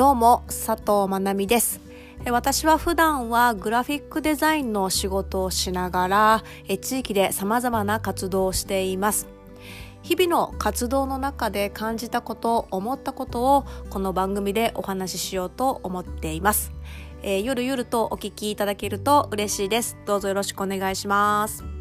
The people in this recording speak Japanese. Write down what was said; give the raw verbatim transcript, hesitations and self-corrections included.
どうも佐藤まなみです。私は普段はグラフィックデザインの仕事をしながら地域で様々な活動をしています。日々の活動の中で感じたこと、思ったことをこの番組でお話ししようと思っています。えー、ゆるゆるとお聞きいただけると嬉しいです。どうぞよろしくお願いします。